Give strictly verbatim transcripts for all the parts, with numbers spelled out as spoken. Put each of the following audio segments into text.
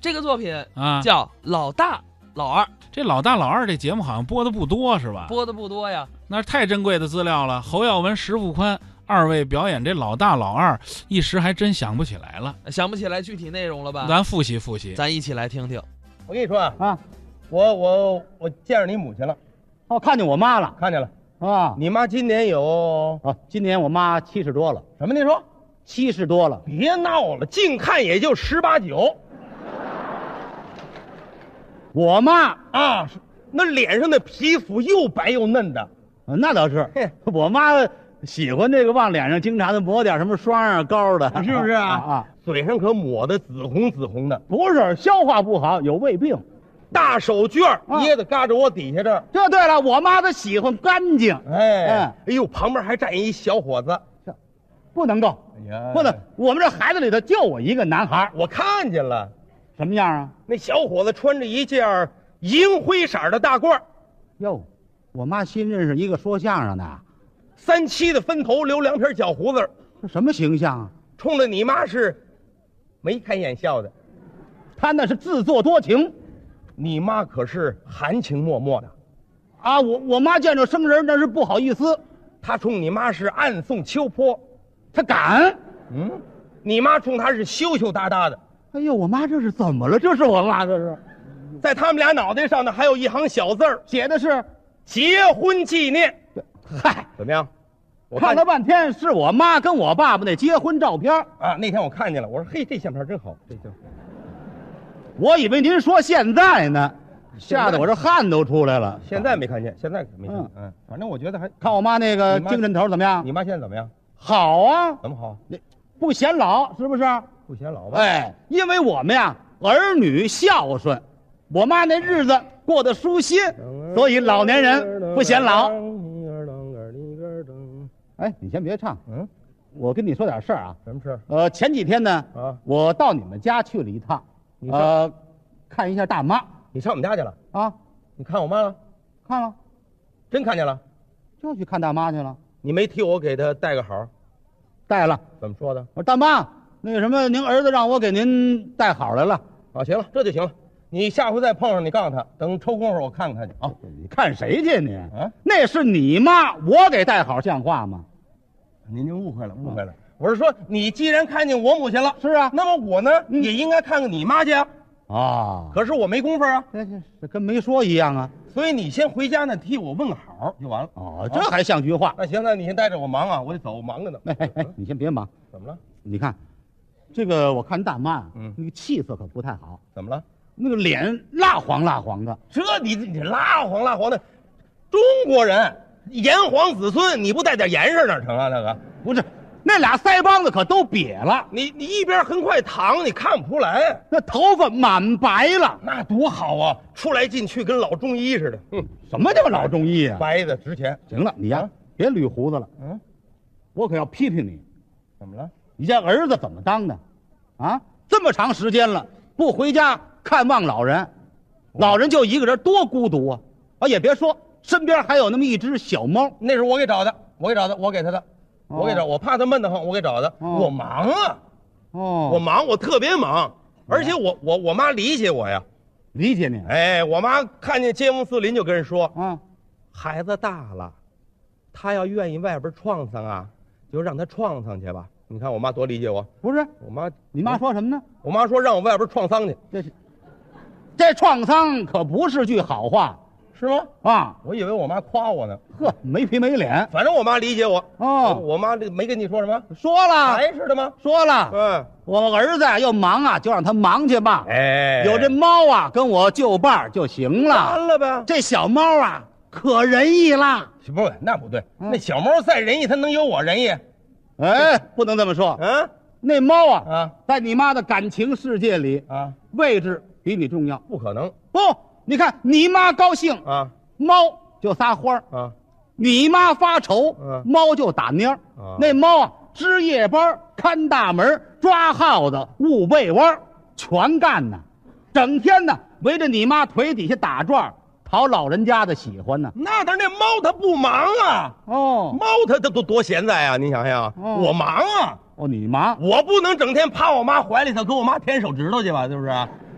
这个作品啊， 叫《老大老二》。 这老大老二这节目好像播的不多是吧？ 播的不多呀， 那是太珍贵的资料了。侯耀文、石富宽二位表演这老大老二，一时还真想不起来了， 想不起来具体内容了吧？ 咱复习复习， 咱一起来听听。 我跟你说啊， 啊， 我我我见着你母亲了， 哦，看见我妈了看见了。 啊！ 你妈今年有哦，今年我妈七十多了， 什么？你说？ 七十多了。 别闹了，近看也就十八九我妈啊，那脸上的皮肤又白又嫩的。 呃那倒是嘿， 我妈喜欢这个往脸上经常的抹点什么霜啊膏的， 是不是啊？ 啊， 嘴上可抹的紫红紫红的， 不是消化不好，有胃病。 大手绢儿啊掖的嘎着我底下这儿。 这对了，我妈她喜欢干净， 哎， 嗯哎呦，旁边还站一小伙子。 不能够， 哎呀不能。我们这孩子里头就我一个男孩， 我看见了， 什么样啊？ 那小伙子穿着一件银灰色的大褂， 哟，我妈新认识一个说相声的， 三七的分头，留两撇小胡子， 这什么形象啊？ 冲着你妈是眉开眼笑的。 他那是自作多情你妈可是含情脉脉的， 啊！我我妈见着生人那是不好意思， 她冲你妈是暗送秋波， 她敢。 嗯，你妈冲她是羞羞答答的。 哎呦，我妈这是怎么了？这是我妈这是在他们俩脑袋上呢，还有一行小字儿， 写的是， 结婚纪念。 嗨， 怎么样？我看了半天是我妈跟我爸爸那结婚照片。 啊，那天我看见了，我说嘿，这相片真好，这就我以为您说现在呢，吓得我这汗都出来了。 现在没看见，现在没看见。 嗯嗯，反正我觉得还看我妈那个你妈精神头怎么样？ 你妈现在怎么样？ 好啊， 怎么好？ 不显老是不是？ 不显老吧？ 哎，因为我们呀儿女孝顺，我妈那日子过得舒心，所以老年人不显老。哎，你先别唱， 嗯， 我跟你说点事儿啊。 什么事？ 呃，前几天呢， 啊， 我到你们家去了一趟， 你上呃，看一下大妈你上我们家去了？ 啊， 你看我妈了？ 看了， 真看见了？ 就去看大妈去了， 你没替我给她带个好？ 带了。 怎么说的？ 我说大妈，那个什么，您儿子让我给您带好来了。 啊，行了，这就行了。你下回再碰上，你告诉他，等抽功夫我看看去。 哦，你看谁去你？ 啊， 那是你妈，我给带好像话吗？ 您您误会了，误会了。我是说，你既然看见我母亲了， 是啊， 那么我呢、 嗯也应该看看你妈去啊。 啊， 可是我没工夫啊， 这这这跟没说一样啊。 所以你先回家呢，替我问个好就完了。 哦，这还像句话。 那行，那你先待着，我忙啊，我得走，我忙着呢。 哎哎哎，你先别忙， 怎么了？ 你看，这个我看大妈， 嗯那个气色可不太好， 怎么了？ 那个脸蜡黄蜡黄的。 这你你蜡黄蜡黄的，中国人炎黄子孙，你不带点颜色哪成啊？那个不是，那俩腮帮子可都瘪了， 你你一边横块糖，你看不出来， 那头发满白了。 那多好啊！出来进去跟老中医似的。嗯， 什么叫老中医啊？ 白的值钱。 行了，你呀、 啊别捋胡子了， 嗯， 我可要批评你。 怎么了？ 你这儿子怎么当的？啊，这么长时间了，不回家看望老人，老人就一个人，多孤独啊！啊，也别说，身边还有那么一只小猫。 那是我给找的，我给找的，我给他的， 哦我给找，我怕他闷得慌，我给找的。 哦我忙啊， 哦， 我忙，我特别忙，而且我我我妈理解我呀。 理解你。 哎，我妈看见街坊四邻就跟人说， 啊， 孩子大了，他要愿意外边闯荡啊，就让他闯荡去吧。你看我妈多理解我。 不是， 我妈， 你妈说什么呢？ 我妈说让我外边闯丧去， 这是，这创伤可不是句好话是吗？ 啊！ 我以为我妈夸我呢。 呵，没皮没脸。 反正我妈理解我。 哦我妈这没跟你说什么？ 说了， 还是的吗？ 说了， 嗯， 我儿子呀要忙啊，就让他忙去吧。 哎， 有这猫啊，跟我就伴儿就行了。 完了呗。 这小猫啊，可仁义了。 不是，那不对。 嗯那小猫再仁义，它能有我仁义？ 哎，不能这么说。 啊那猫啊， 啊在你妈的感情世界里， 啊！ 位置比你重要。 不可能不，你看你妈高兴， 啊猫就撒欢儿； 啊！ 你妈发愁， 嗯猫就打蔫儿。 啊那猫啊，值夜班、看大门、抓耗子、捂被窝，全干呢。整天呢围着你妈腿底下打转，讨老人家的喜欢呢。 那但是那猫它不忙啊， 哦猫它它多多闲在啊！你想想， 哦我忙啊， 哦，你忙？ 我不能整天趴我妈怀里头给我妈舔手指头去吧？是不是？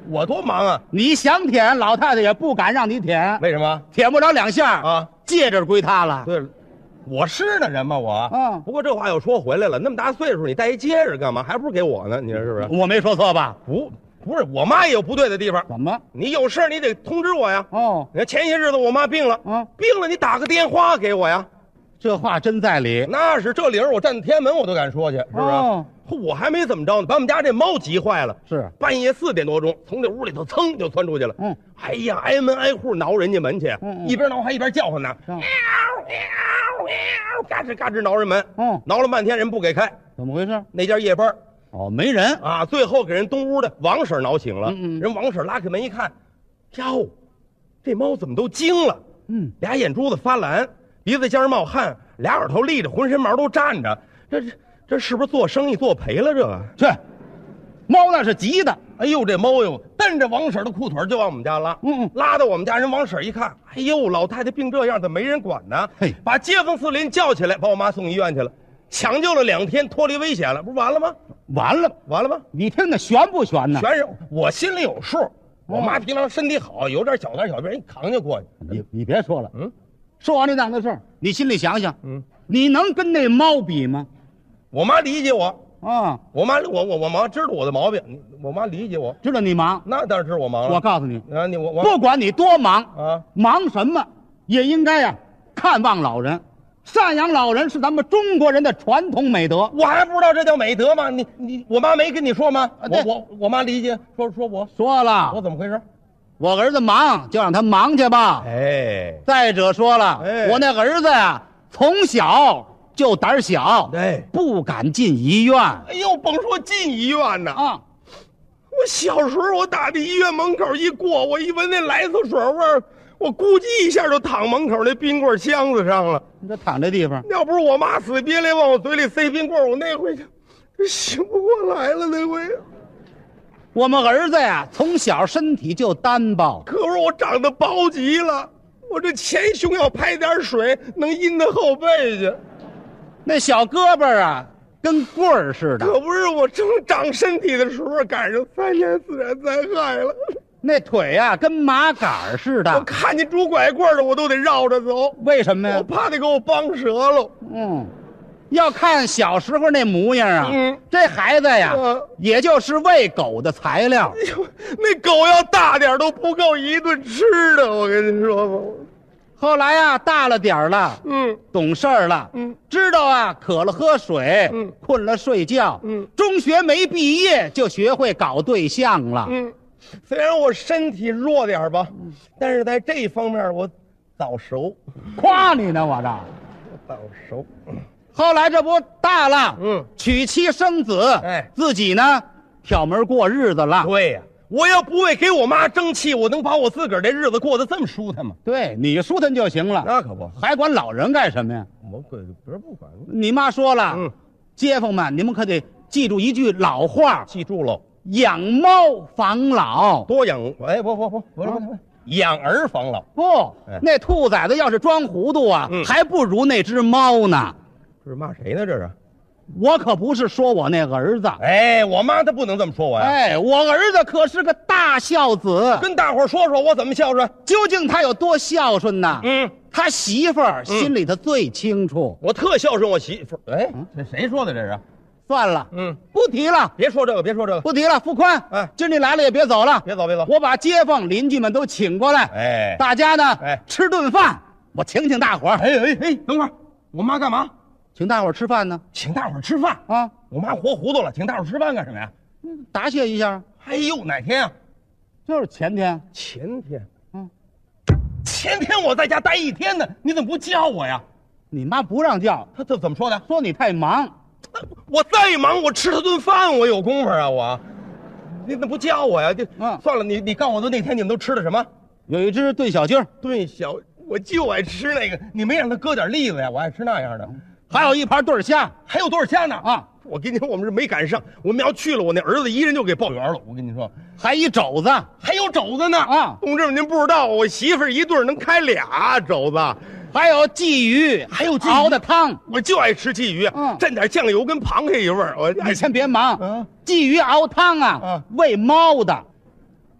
我多忙啊！ 你想舔，老太太也不敢让你舔， 为什么舔不了两下啊？ 戒指归她了。 对了，我是那人吗？我嗯不过这话又说回来了，那么大岁数，你戴一戒指干嘛？还不如给我呢？你说是不是？ 我没说错吧？ 不，不是，我妈也有不对的地方。 怎么？ 你有事儿你得通知我呀。 哦， 你看前些日子我妈病了， 嗯， 病了你打个电话给我呀。 这话真在理。 那是这理儿，我站天安门我都敢说去，是不是？ 哦我还没怎么着呢，把我们家这猫急坏了。 是半夜四点多钟，从这屋里头噌就窜出去了。 嗯， 哎呀，挨门挨户挠人家门去， 嗯嗯一边挠还一边叫唤呢， 是喵喵喵，嘎吱嘎吱挠人门。 嗯挠了半天人不给开， 怎么回事？ 那家夜班哦，没人。 啊，最后给人东屋的王婶挠醒了。 嗯嗯人王婶拉开门一看，哟，这猫怎么都惊了？ 嗯， 俩眼珠子发蓝，鼻子尖儿冒汗，俩耳朵立着，浑身毛都站着，这这这是不是做生意做赔了？这个， 去，猫那是急的。 哎呦，这猫哟，蹬着王婶的裤腿就往我们家拉， 嗯嗯拉到我们家人王婶一看，哎呦，老太太病这样，怎么没人管呢？ 嘿把街坊四邻叫起来，把我妈送医院去了，抢救了两天，脱离危险了，不是完了吗？ 完了， 完了吗？ 你听那悬不悬呢？ 全是我心里有数。我妈平常身体好，有点小灾小病，一扛就过去。 你你别说了， 嗯， 说完这档子事儿，你心里想想， 嗯， 你能跟那猫比吗？ 我妈理解我， 啊， 我妈我我我妈知道我的毛病，我妈理解我， 知道你忙， 那当然知道我忙了。 我告诉你， 啊，你我我不管你多忙， 啊， 忙什么也应该呀、看望老人，赡养老人是咱们中国人的传统美德。 我还不知道这叫美德吗？你你我妈没跟你说吗？ 啊对我我我妈理解，说说我说我了， 怎么回事？ 我儿子忙就让他忙去吧。 哎再者说了， 哎我那儿子呀、从小就胆小， 哎不敢进医院哎呦，甭说进医院呢， 啊。 我小时候我打那医院门口一过，我一闻那莱斯水味儿，我估计一下就躺门口那冰棍箱子上了。 你这躺这地方， 要不是我妈死别来往我嘴里塞冰棍，我那回就就醒不过来了。那回， 我们儿子呀，从小身体就单薄， 可是我长得薄极了，我这前胸要排点水，能阴到后背去。 那小胳膊啊，跟棍儿似的。 可不是我正长身体的时候，赶上三年自然灾害了。 那腿呀、跟麻杆儿似我的。 看见拄拐棍的，我都得绕着走， 为什么呀？ 我怕他给我帮折了。 嗯，要看小时候那模样啊， 嗯这孩子呀， 嗯也就是喂狗的材料。 哎呦，那狗要大点都不够一顿吃的，我跟你说吧。 后来呀，大了点儿了， 嗯懂事儿了， 嗯， 知道啊，渴了喝水， 嗯， 困了睡觉， 嗯， 中学没毕业就学会搞对象了。 嗯，虽然我身体弱点儿吧，但是在这方面我早熟， 夸你呢，我这。 我早熟。 后来这不大了， 嗯， 娶妻生子， 哎自己呢挑门过日子了。 对呀、我要不为给我妈争气，我能把我自个儿这日子过得这么舒坦吗？ 对你舒坦就行了， 那可不， 还管老人干什么呀？ 我不不是不管， 你妈说了， 嗯， 街坊们，你们可得记住一句老话： 记住喽， 养猫防老。 多养哎不不不不是不是不是养儿防老。 不， 哎那兔崽子要是装糊涂啊， 嗯还不如那只猫呢。 这是骂谁呢？这是？ 我可不是说我那儿子， 哎，我妈她不能这么说我呀。 哎，我儿子可是个大孝子。 跟大伙儿说说我怎么孝顺。 究竟他有多孝顺呢？ 嗯， 他媳妇儿心里头最清楚。 我特孝顺我媳妇儿。哎，这谁说的这是？ 算了， 嗯， 不提了， 别说这个，别说这个， 不提了。付宽， 哎今儿你来了也别走了， 别走别走。 我把街坊邻居们都请过来， 哎大家呢， 哎吃顿饭，我请请大伙儿， 哎哎哎，等会儿，我妈干嘛？ 请大伙儿吃饭呢。 请大伙儿吃饭。 啊， 我妈活糊涂了，请大伙儿吃饭干什么呀？ 答谢一下， 哎呦，哪天啊？ 就是前天。 前天。 嗯， 前天我在家待一天呢，你怎么不叫我呀？ 你妈不让叫， 她这怎么说的？ 说你太忙。 我再忙，我吃她顿饭，我有功夫啊，我。你怎么不叫我呀？就嗯算了，你你告诉我都那天你们都吃的什么？ 有一只炖小鸡儿， 炖小，我就爱吃那个，你没让他搁点栗子呀？我爱吃那样的。 还有一盘炖虾。 还有多少虾呢？ 啊， 我跟你说，我们是没赶上，我们要去了，我那儿子一人就给报圆了。我跟你说， 还一肘子。 还有肘子呢啊同志们，您不知道，我媳妇儿一顿能开俩肘子， 还有鲫鱼， 还有鲫鱼熬的汤。 我就爱吃鲫鱼， 嗯蘸点酱油跟螃蟹一味儿。我爱你先别忙， 啊鲫鱼熬汤啊， 啊喂猫的。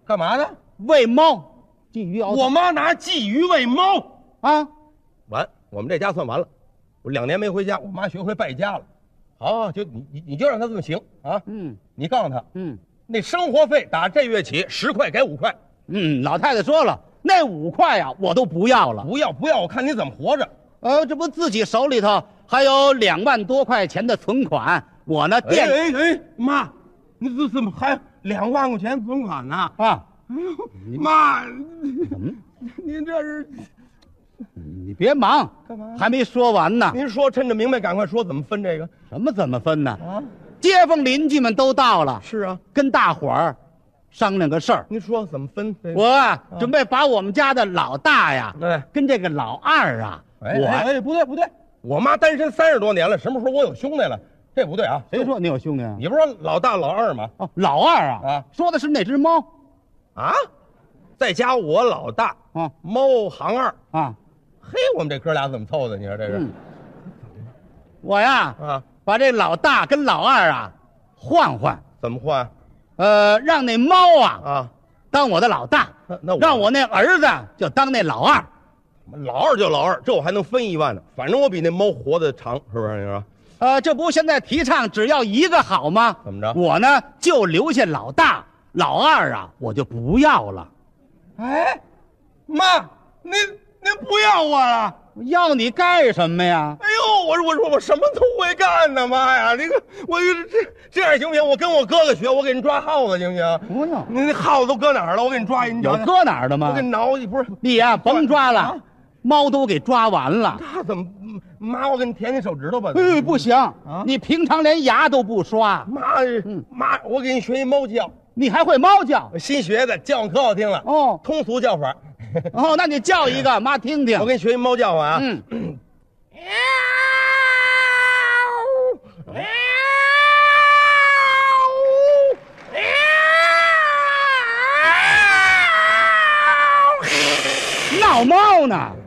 干嘛呢？ 喂猫，鲫鱼熬我妈拿鲫鱼喂猫。 啊， 完，我们这家算完了。我两年没回家，我妈学会败家了。好，就你你你就让她这么行啊。 嗯你告诉她， 嗯那生活费打这月起十块给五块， 嗯，老太太说了，那五块呀、我都不要了。 不要不要，我看你怎么活着。 呃，这不自己手里头还有两万多块钱的存款，我呢哎店哎哎，妈，你这怎么还两万块钱存款呢？ 啊， 哎呦，妈， 嗯， 您这是你别忙， 干嘛？ 还没说完呢。 您说，趁着明白，赶快说怎么分这个什么怎么分呢？ 啊？ 街坊邻居们都到了， 是啊， 跟大伙儿商量个事儿。 您说怎么分这个？ 我啊，准备把我们家的老大呀， 哎跟这个老二啊，我哎哎哎，不对不对，我妈单身三十多年了，什么时候我有兄弟了？这不对啊！ 谁说你有兄弟啊？ 你不是说老大老二吗？ 哦，老二啊， 啊说的是那只猫啊，再加我老大， 啊猫行二。 啊， 嘿，我们这哥俩怎么凑的？你说这是、 嗯，我呀， 啊？ 把这老大跟老二啊换换， 怎么换呃，让那猫啊啊？ 当我的老大， 那那我让我那儿子就当那老二。 老二就老二，这我还能分一万呢。反正我比那猫活得长，是不是？你说呃，这不现在提倡只要一个好吗？ 怎么着？ 我呢就留下老大，老二啊我就不要了。 哎，妈，您您不要我了？ 要你干什么呀？ 哎呦，我说我说我什么都会干呢，妈呀！这个我这这样行不行？我跟我哥哥学，我给你抓耗子行不行？ 不用， 你那耗子都搁哪儿了？我给你抓一，你有找找搁哪儿的吗我给？你挠一，不是你呀、甭抓了， 啊猫都给抓完了。 那怎么？妈，我给你舔舔手指头吧。 哎，不行，你平常连牙都不刷， 妈，妈，我给你学一猫叫， 你还会猫叫？ 新学的，叫唤可好听了。 哦通俗叫法。 哦，那你叫一个，妈听听。 我给你学一猫叫唤啊。 嗯，闹猫呢。